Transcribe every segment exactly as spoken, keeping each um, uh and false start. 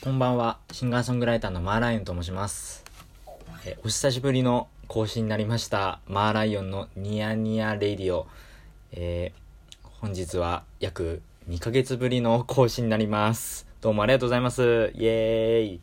こんばんは。シンガーソングライターのマーライオンと申します。えお久しぶりの更新になりました。マーライオンのニヤニヤレディオ、えー、本日は約にかげつぶりの更新になります。どうもありがとうございます。イエーイ。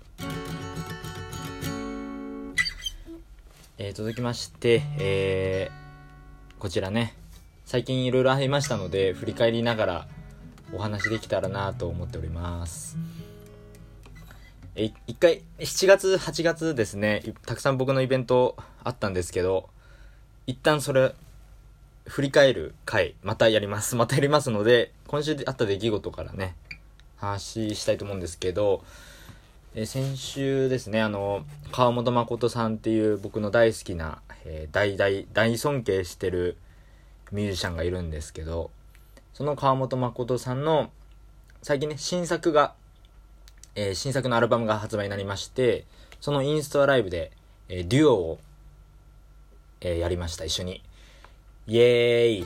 えー、続きまして、えー、こちらね、最近いろいろありましたので振り返りながらお話できたらなと思っております。え一回しちがつはちがつですね、たくさん僕のイベントあったんですけど、一旦それ振り返る回またやりますまたやりますので、今週あった出来事からね話したいと思うんですけど、え先週ですね、あの川本誠さんっていう僕の大好きな、えー、大大大尊敬してるミュージシャンがいるんですけど、その川本誠さんの最近ね新作がえー、新作のアルバムが発売になりまして、そのインストアライブで、えー、デュオを、えー、やりました。一緒にイエーイ。い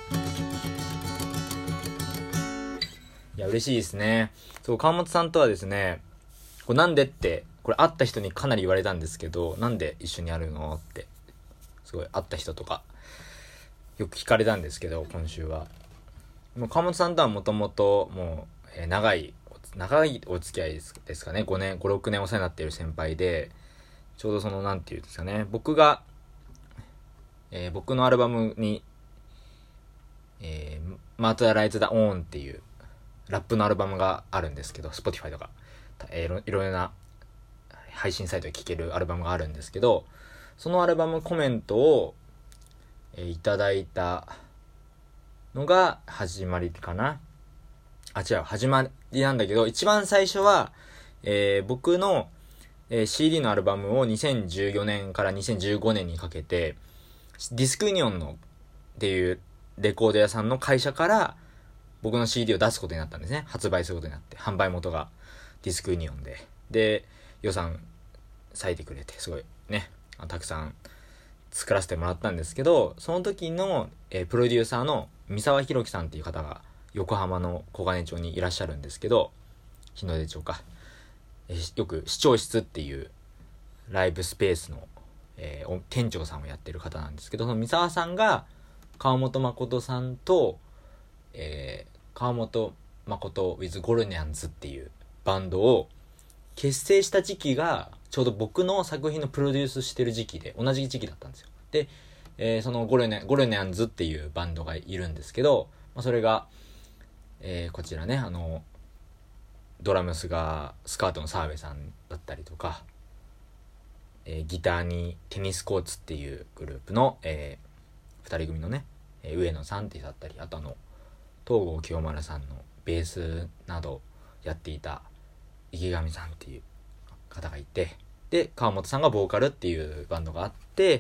や嬉しいですね。そう、川本さんとはですね、これなんでってこれ会った人にかなり言われたんですけど、なんで一緒にやるのってすごい会った人とかよく聞かれたんですけど、今週はもう川本さんとはもともともう、えー、長い長いお付き合いですですかね。ごねんごろくねんお世話になっている先輩で、ちょうどそのなんていうんですかね、僕が、えー、僕のアルバムに、えー、マートゥアライズダオーンっていうラップのアルバムがあるんですけど、 Spotify とか、えー、いろいろな配信サイトで聴けるアルバムがあるんですけど、そのアルバムコメントを、えー、いただいたのが始まりかな。あ、違う、始まりなんだけど、一番最初は、えー、僕の、えー、シーディー のアルバムをにせんじゅうよねんからにせんじゅうごねんにかけて、ディスクユニオンのっていうレコード屋さんの会社から僕の シーディー を出すことになったんですね。発売することになって、販売元がディスクユニオンで、で、予算割いてくれて、すごいね、たくさん作らせてもらったんですけど、その時の、えー、プロデューサーの三沢宏樹さんっていう方が横浜の小金町にいらっしゃるんですけど、日の出町か、えよく視聴室っていうライブスペースの、えー、店長さんをやってる方なんですけど、その三沢さんが川本誠さんと、えー、川本誠 with ゴルニャンズっていうバンドを結成した時期がちょうど僕の作品のプロデュースしてる時期で、同じ時期だったんですよ。で、えー、そのゴルニャ、ゴルニャンズっていうバンドがいるんですけど、まあ、それがえー、こちらね、あのドラムスがスカートの澤部さんだったりとか、えー、ギターにテニスコーツっていうグループの、えー、ふたり組のね、えー、上野さんってだったり、あとあの東郷清丸さんのベースなどやっていた池上さんっていう方がいて、で川本さんがボーカルっていうバンドがあって、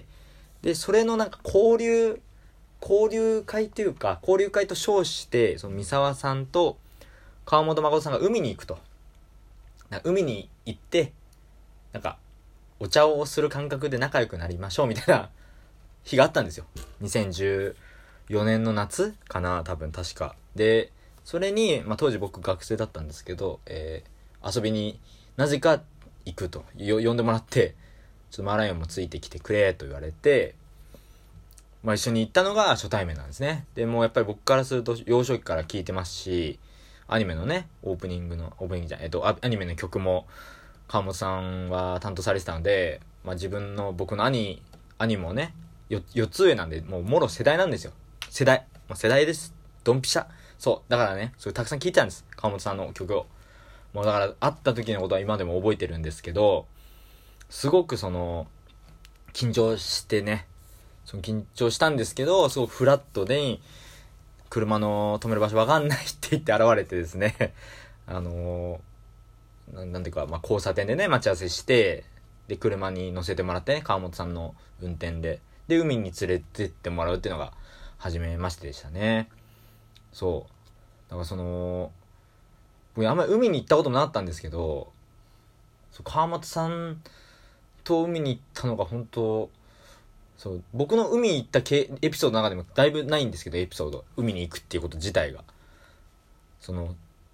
でそれのなんか交流交流会というか、交流会と称して、その三沢さんと川本誠さんが海に行くと。海に行って、なんか、お茶をする感覚で仲良くなりましょうみたいな日があったんですよ。にせんじゅうよねんの夏かな、多分確か。で、それに、まあ、当時僕学生だったんですけど、えー、遊びになぜか行くと。よ呼んでもらって、ちょっとマーライオンもついてきてくれと言われて、まあ、一緒に行ったのが初対面なんですね。でもやっぱり僕からすると幼少期から聴いてますし、アニメのねオープニングのオープニングじゃないえっとアニメの曲も川本さんは担当されてたので、まあ、自分の僕の兄兄もね よ, よっつ上なんで、もうもろ世代なんですよ。世代もう世代です。ドンピシャ。そうだからね、それたくさん聴いてたんです、川本さんの曲を。もうだから会った時のことは今でも覚えてるんですけど、すごくその緊張してね、その緊張したんですけど、すごくフラットで車の止める場所わかんないって言って現れてですねあのー、な, なんていうか、まあ、交差点でね待ち合わせして、で車に乗せてもらってね、川本さんの運転でで海に連れてってもらうっていうのが初めましてでしたね。そうだからその僕あんまり海に行ったこともなかったんですけど、そう川本さんと海に行ったのが本当、そう僕の海に行ったエピソードの中でもだいぶないんですけど、エピソード海に行くっていうこと自体が、その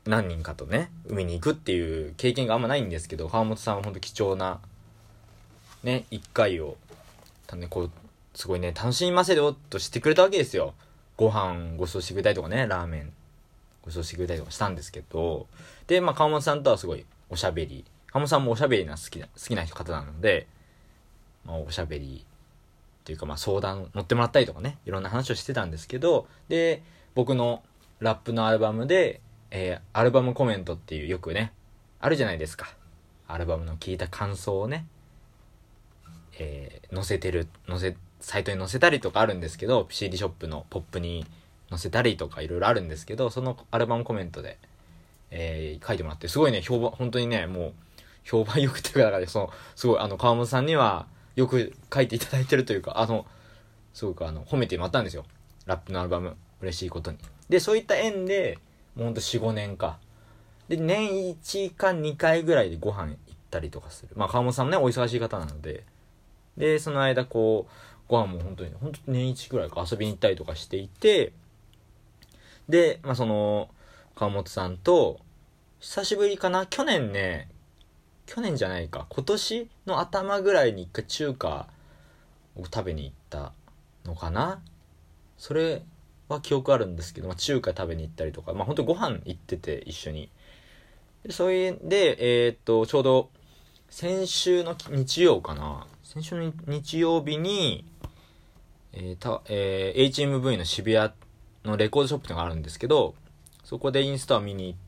何人かとね海に行くっていう経験があんまないんですけど、川本さんは本当貴重なね一回をたねこうすごいね楽しませようとしてくれたわけですよ。ご飯ご馳走してくれたりとかね、ラーメンご馳走してくれたりとかしたんですけど、でまあ川本さんとはすごいおしゃべり、川本さんもおしゃべりな好きな好きな方なので、まあ、おしゃべりっていうかまあ相談乗ってもらったりとかね、いろんな話をしてたんですけど、で僕のラップのアルバムで、えー、アルバムコメントっていうよくねあるじゃないですか。アルバムの聞いた感想をね、えー、載せてる載せサイトに載せたりとかあるんですけど、 シーディー ショップのポップに載せたりとかいろいろあるんですけど、そのアルバムコメントで、えー、書いてもらってすごいね評判、本当にねもう評判よくて、だからそのすごいあの川本さんにはよく書いていただいてるというか、あのすごくあの褒めてもらったんですよ、ラップのアルバム。嬉しいことに。でそういった縁でもうほんと よん,ご 年かで年いちかにかいぐらいでご飯行ったりとかする。まあ川本さんもねお忙しい方なので、でその間こうご飯も本当に本当年いちぐらいか遊びに行ったりとかしていて、でまあその川本さんと久しぶりかな、去年ね去年じゃないか今年の頭ぐらいに一回中華を食べに行ったのかな、それは記憶あるんですけど、まあ、中華食べに行ったりとか、まあ本当ご飯行ってて一緒に、でそれでえー、っとちょうど先週の日曜かな、先週の日曜日に、えーたえー、エイチエムブイ の渋谷のレコードショップってのがあるんですけど、そこでインスタを見に行って、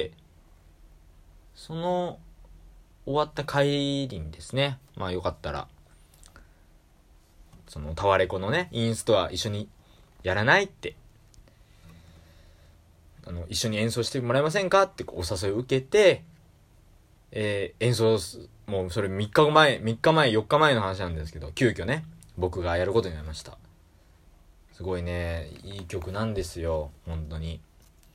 その終わった帰りにですね、まあよかったらそのタワレコのねインストア一緒にやらないって、あの一緒に演奏してもらえませんかってお誘いを受けて、えー、演奏もうそれみっかまえみっかまえよっかまえの話なんですけど、急遽ね僕がやることになりました。すごいねいい曲なんですよ本当に。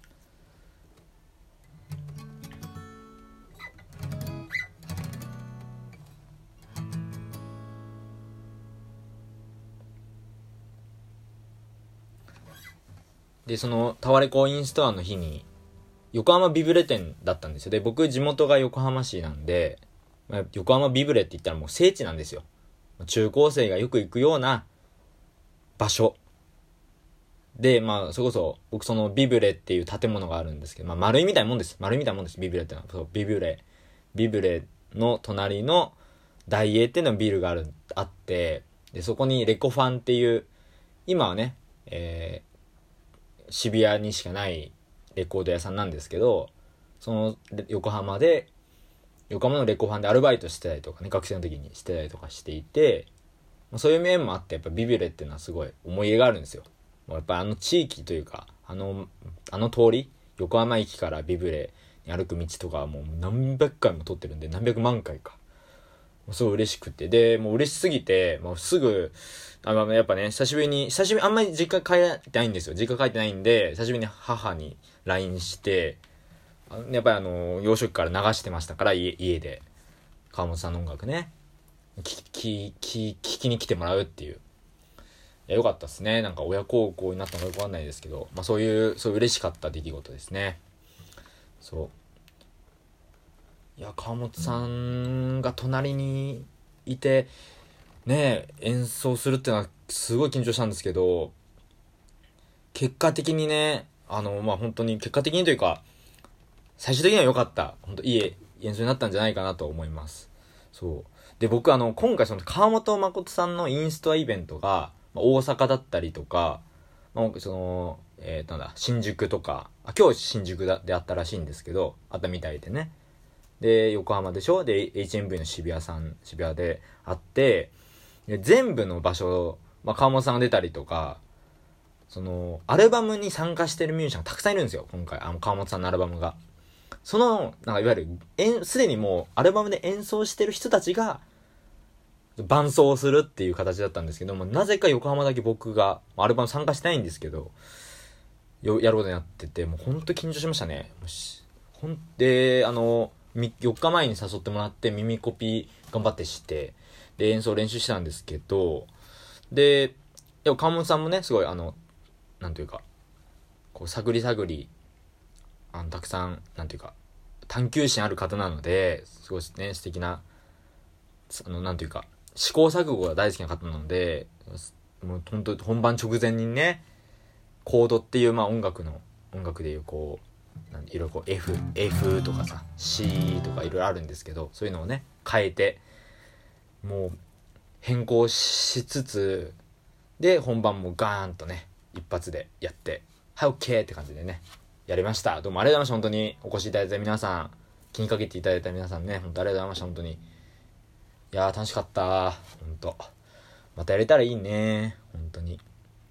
でそのタワレコインストアの日に横浜ビブレ店だったんですよ。で僕地元が横浜市なんで、まあ、横浜ビブレって言ったらもう聖地なんですよ。中高生がよく行くような場所で、まあそれこそ僕そのビブレっていう建物があるんですけど、まあ丸いみたいなもんです。丸いみたいなもんです。ビブレってのはそうビブレビブレの隣の大英っていうのビルがあるあって、でそこにレコファンっていう今はね、えー渋谷にしかないレコード屋さんなんですけど、その横浜で横浜のレコファンでアルバイトしてたりとかね、学生の時にしてたりとかしていて、そういう面もあってやっぱビビレっていうのはすごい思い入れがあるんですよ。やっぱあの地域というかあのあの通り、横浜駅からビブレに歩く道とかはもう何百回も通ってるんで、何百万回か、すごい嬉しくて、でもう嬉しすぎてもうすぐあのやっぱね久しぶりに久しぶりあんまり実家帰ってないんですよ。実家帰ってないんで久しぶりに母に ライン して、やっぱりあの幼少期から流してましたから、家, 家で川本さんの音楽ね聞き聞きに来てもらうっていう、いやよかったですね。なんか親孝行になったのかよくわかんないですけど、まあそういうそういう嬉しかった出来事ですね。そういや川本さんが隣にいてね演奏するっていうのはすごい緊張したんですけど、結果的にねあのまあ本当に結果的にというか最終的には良かった、本当いい演奏になったんじゃないかなと思います。そうで僕あの今回その川本誠さんのインストアイベントが、まあ、大阪だったりとか、まあ、そのえー、なんだ新宿とか、あ今日新宿だであったらしいんですけど、あったみたいでね、で横浜でしょ、で エイチエムブイ の渋谷さん渋谷であって、で全部の場所、まあ、川本さんが出たりとか、そのアルバムに参加してるミュージシャンがたくさんいるんですよ今回、あの川本さんのアルバムが。そのなんかいわゆるすでにもうアルバムで演奏してる人たちが伴奏するっていう形だったんですけども、なぜか横浜だけ僕がアルバム参加してないんですけどよやることになってて、もうほんと緊張しましたね。ほんであのよっかまえに誘ってもらって耳コピー頑張ってして、で演奏練習してたんですけど、ででも川本さんもねすごいあのなんというかこう探り探りあのたくさんなんていうか探求心ある方なので、すごいね素敵な、あのなんていうか試行錯誤が大好きな方なので、もう本当本番直前にね、コードっていうまあ音楽の音楽でいうこうなんいろいろこう F F とかさ C とかいろいろあるんですけど、そういうのをね変えてもう変更しつつで本番もガーンとね一発でやって、はい OK って感じでねやりました。どうもありがとうございました。本当にお越しいただいた皆さん、気にかけていただいた皆さんね、本当ありがとうございました。本当にいやー楽しかった。本当またやれたらいいね、本当に。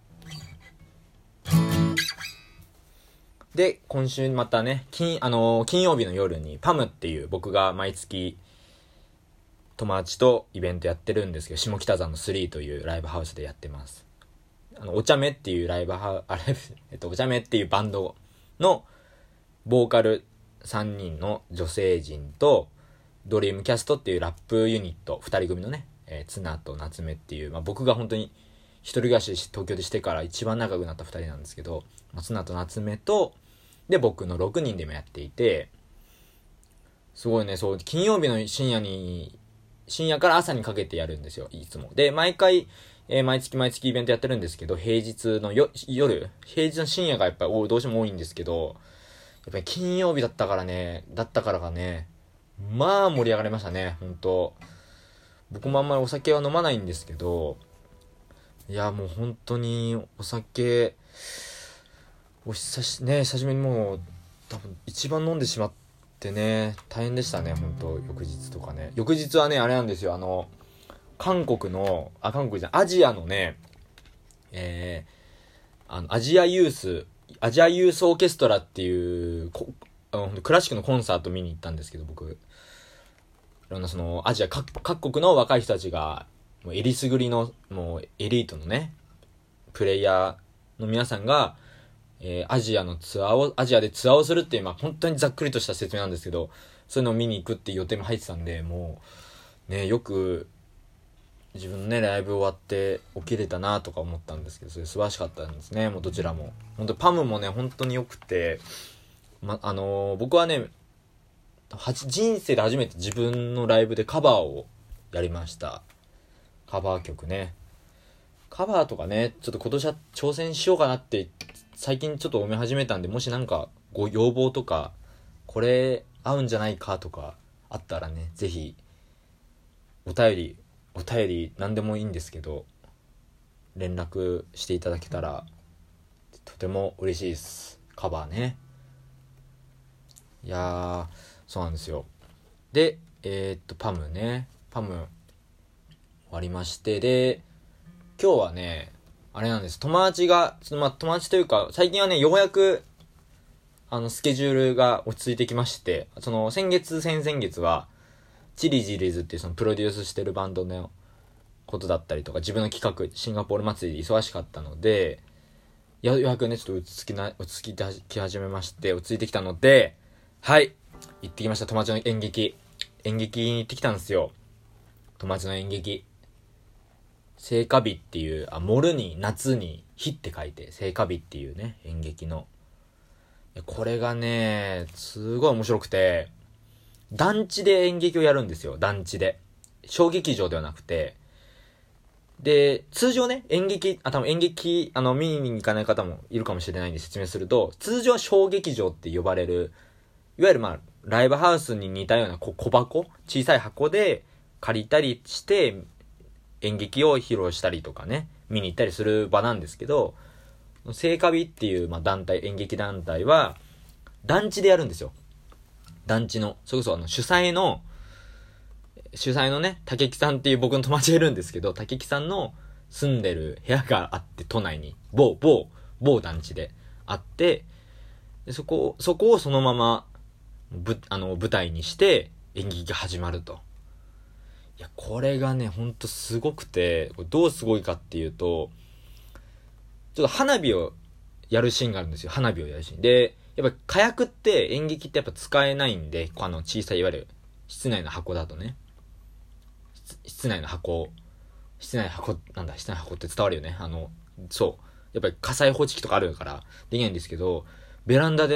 で今週またね金あのー、金曜日の夜にパムっていう僕が毎月友達とイベントやってるんですけど、下北沢のスリーというライブハウスでやってます。あのお茶目っていうライブハウあれえっとお茶目っていうバンドのボーカルさんにんの女性陣とドリームキャストっていうラップユニットふたり組のね、えー、ツナと夏目っていう、まあ、僕が本当に一人暮らし東京でしてから一番仲良くなったふたりなんですけど、まあ、ツナと夏目とで僕のろくにんでもやっていて、すごいね、そう金曜日の深夜に深夜から朝にかけてやるんですよ、いつも。で毎回、えー、毎月毎月イベントやってるんですけど、平日のよ夜平日の深夜がやっぱりどうしても多いんですけど、やっぱり金曜日だったからねだったからかねまあ盛り上がりましたね。本当僕もあんまりお酒は飲まないんですけど、いやもう本当にお酒お久しね久しぶりにもう多分一番飲んでしまってね、大変でしたね本当。翌日とかね、翌日はねあれなんですよ、あの韓国のあ韓国じゃアジアのねえー、あのアジアユースアジアユースオーケストラっていうこあのクラシックのコンサート見に行ったんですけど、僕いろんなそのアジア 各, 各国の若い人たちがもうえりすぐりのもうエリートのねプレイヤーの皆さんが、えー、アジアのツアーをアジアでツアーをするっていう、まあ本当にざっくりとした説明なんですけど、そういうのを見に行くっていう予定も入ってたんで、もうねよく自分のねライブ終わって起きれたなとか思ったんですけど、それ素晴らしかったんですね。もうどちらも本当パムもね本当に良くて、まあのー、僕はねは人生で初めて自分のライブでカバーをやりました。カバー曲ね、カバーとかねちょっと今年は挑戦しようかなって最近ちょっと思い始めたんで、もしなんかご要望とかこれ合うんじゃないかとかあったらね、ぜひお便りお便り何でもいいんですけど連絡していただけたらとても嬉しいです。カバーね、いやーそうなんですよ。でえー、っとパムねパム終わりまして、で今日はねあれなんです、友達がまあ友達というか最近はねようやくあのスケジュールが落ち着いてきまして、その先月先々月はチリジリズっていうそのプロデュースしてるバンドのことだったりとか自分の企画シンガポール祭りで忙しかったので、ようやくねちょっと落ち着きな落ち着き始めまして落ち着いてきたので、はい行ってきました。友達の演劇演劇に行ってきたんですよ。友達の演劇聖火日っていうあ盛るに夏に火って書いて聖火日っていうね演劇の、これがねすごい面白くて、団地で演劇をやるんですよ。団地で小劇場ではなくて、で通常ね演劇あ多分演劇あの見に行かない方もいるかもしれないんで説明すると、通常は小劇場って呼ばれるいわゆるまあライブハウスに似たような小箱小さい箱で借りたりして演劇を披露したりとかね見に行ったりする場なんですけど、聖火日っていうまあ団体演劇団体は団地でやるんですよ。団地のそれこそあの主催の主催のね竹木さんっていう僕の友達がいるんですけど、竹木さんの住んでる部屋があって、都内に某某某団地であって、でそこそこをそのままぶあの舞台にして演劇が始まると。いやこれがねほんとすごくて、これどうすごいかっていうと、ちょっと花火をやるシーンがあるんですよ。花火をやるシーンで、やっぱ火薬って演劇ってやっぱ使えないんで、あの小さいいわゆる室内の箱だとね、室内の箱室内の箱なんだ室内の箱って伝わるよね。あのそうやっぱり火災報知器とかあるからできないんですけど、ベランダでね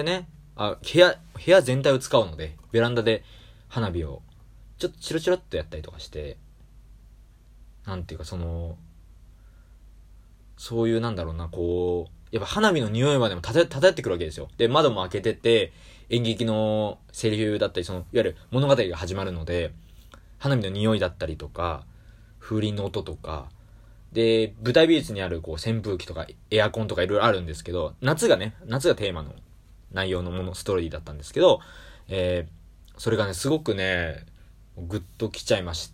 あ、部屋、部屋全体を使うので、ベランダで花火を、ちょっとチロチロっとやったりとかして、なんていうかその、そういうなんだろうな、こう、やっぱ花火の匂いまでも漂ってくるわけですよ。で、窓も開けてて、演劇のセリフだったり、その、いわゆる物語が始まるので、花火の匂いだったりとか、風鈴の音とか、で、舞台美術にあるこう扇風機とかエアコンとかいろいろあるんですけど、夏がね、夏がテーマの内容のもの、ストーリーだったんですけど、えー、それがね、すごくね、グッときちゃいまして、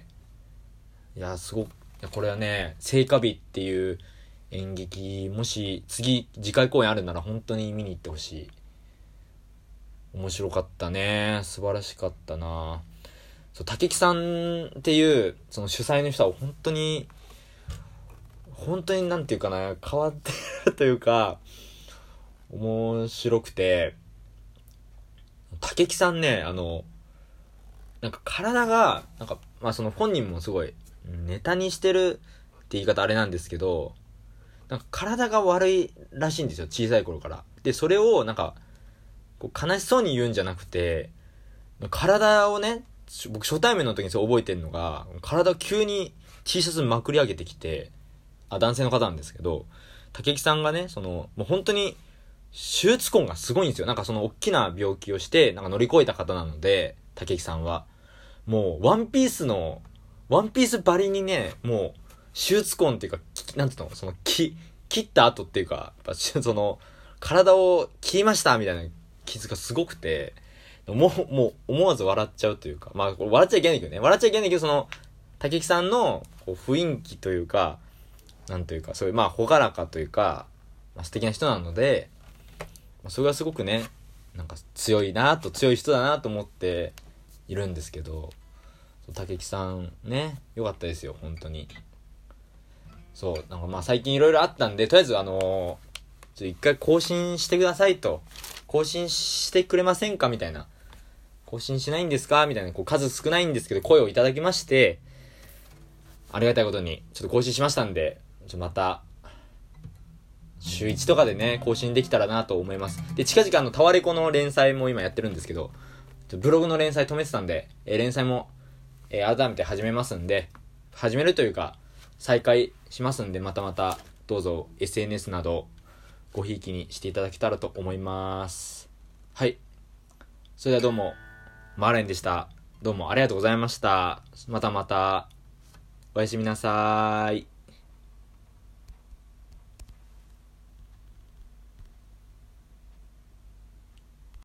いや、すごく、これはね、聖火日っていう演劇、もし次、次回公演あるなら本当に見に行ってほしい。面白かったね。素晴らしかったな。そう、竹木さんっていう、その主催の人は本当に、本当になんていうかな、変わってるというか、面白くて、竹木さんね、あの、なんか体が、なんか、まあその本人もすごい、ネタにしてるって言い方あれなんですけど、なんか体が悪いらしいんですよ、小さい頃から。で、それをなんか、こう悲しそうに言うんじゃなくて、体をね、僕初対面の時にそう覚えてるのが、体を急に T シャツまくり上げてきて、あ、男性の方なんですけど、竹木さんがね、その、もう本当に、手術痕がすごいんですよ。なんかその大きな病気をして、なんか乗り越えた方なので、竹木さんは。もう、ワンピースの、ワンピースばりにね、もう、手術痕っていうか、なんていうの、その、き、切った後っていうか、やっぱその、体を切りましたみたいな傷がすごくて、もう、もう、思わず笑っちゃうというか、まあ、笑っちゃいけないけどね。笑っちゃいけないけど、その、竹木さんの、こう、雰囲気というか、なんというか、そういう、まあ、ほがらかというか、まあ、素敵な人なので、まあ、それがすごくね、なんか強いなと、強い人だなと思っているんですけど、竹木さんね、良かったですよ、本当に。そう、なんかまあ最近いろいろあったんで、とりあえずあのー、ちょっと一回更新してくださいと、更新してくれませんかみたいな、更新しないんですかみたいな、こう数少ないんですけど、声をいただきまして、ありがたいことに、ちょっと更新しましたんで、ちょっとまた、週いちとかでね、更新できたらなと思います。で、近々あの、タワレコの連載も今やってるんですけど、ブログの連載止めてたんで、えー、連載も、えー、改めて始めますんで、始めるというか、再開しますんで、またまた、どうぞ エスエヌエス など、ごひいきにしていただけたらと思います。はい。それではどうも、マーレンでした。どうもありがとうございました。またまた、おやすみなさーい。